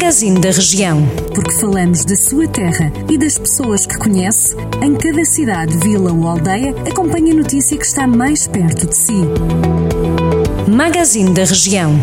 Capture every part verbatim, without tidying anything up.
Magazine da Região. Porque falamos da sua terra e das pessoas que conhece, em cada cidade, vila ou aldeia, acompanhe a notícia que está mais perto de si. Magazine da Região.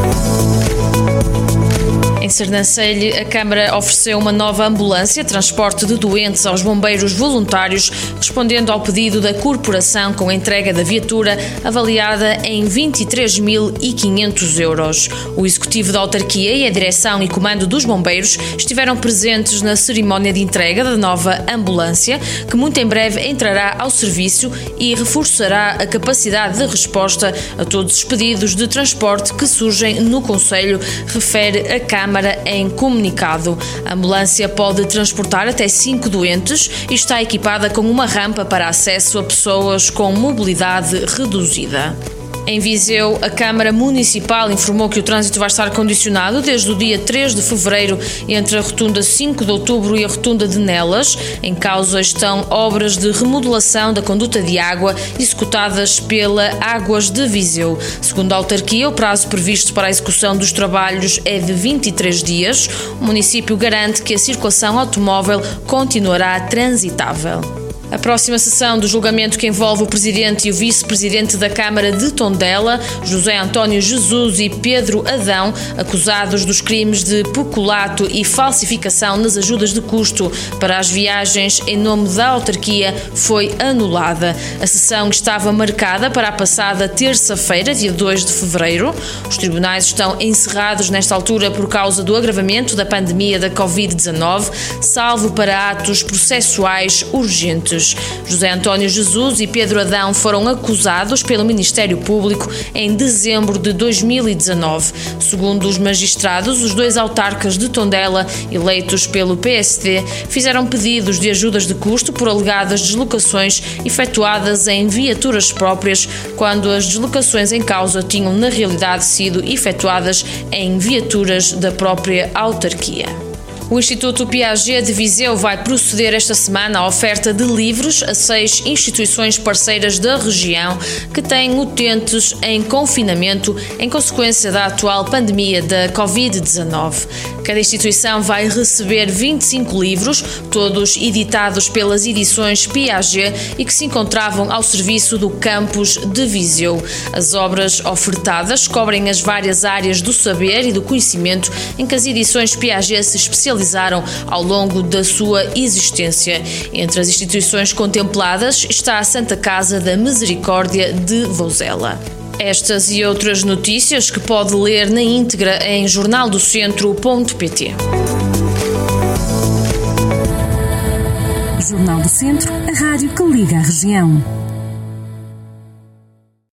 Em Sernancelho, a Câmara ofereceu uma nova ambulância, transporte de doentes aos bombeiros voluntários, respondendo ao pedido da corporação com a entrega da viatura avaliada em vinte e três mil e quinhentos euros. O executivo da autarquia e a direção e comando dos bombeiros estiveram presentes na cerimónia de entrega da nova ambulância, que muito em breve entrará ao serviço e reforçará a capacidade de resposta a todos os pedidos de transporte que surgem no concelho, refere a Câmara em comunicado. A ambulância pode transportar até cinco doentes e está equipada com uma rampa para acesso a pessoas com mobilidade reduzida. Em Viseu, a Câmara Municipal informou que o trânsito vai estar condicionado desde o dia três de fevereiro entre a rotunda cinco de outubro e a rotunda de Nelas. Em causa estão obras de remodelação da conduta de água executadas pela Águas de Viseu. Segundo a autarquia, o prazo previsto para a execução dos trabalhos é de vinte e três dias. O município garante que a circulação automóvel continuará transitável. A próxima sessão do julgamento que envolve o presidente e o vice-presidente da Câmara de Tondela, José António Jesus e Pedro Adão, acusados dos crimes de peculato e falsificação nas ajudas de custo para as viagens em nome da autarquia, foi anulada. A sessão estava marcada para a passada terça-feira, dia dois de fevereiro. Os tribunais estão encerrados nesta altura por causa do agravamento da pandemia da covid dezanove, salvo para atos processuais urgentes. José António Jesus e Pedro Adão foram acusados pelo Ministério Público em dezembro de dois mil e dezanove. Segundo os magistrados, os dois autarcas de Tondela, eleitos pelo P S D, fizeram pedidos de ajudas de custo por alegadas deslocações efetuadas em viaturas próprias, quando as deslocações em causa tinham, na realidade, sido efetuadas em viaturas da própria autarquia. O Instituto Piaget de Viseu vai proceder esta semana à oferta de livros a seis instituições parceiras da região que têm utentes em confinamento em consequência da atual pandemia da covid dezanove. Cada instituição vai receber vinte e cinco livros, todos editados pelas edições Piaget e que se encontravam ao serviço do campus de Viseu. As obras ofertadas cobrem as várias áreas do saber e do conhecimento em que as edições Piaget se especializam ao longo da sua existência. Entre as instituições contempladas está a Santa Casa da Misericórdia de Vouzela. Estas e outras notícias que pode ler na íntegra em jornal do centro ponto pt. Jornal do Centro, a rádio que liga a região.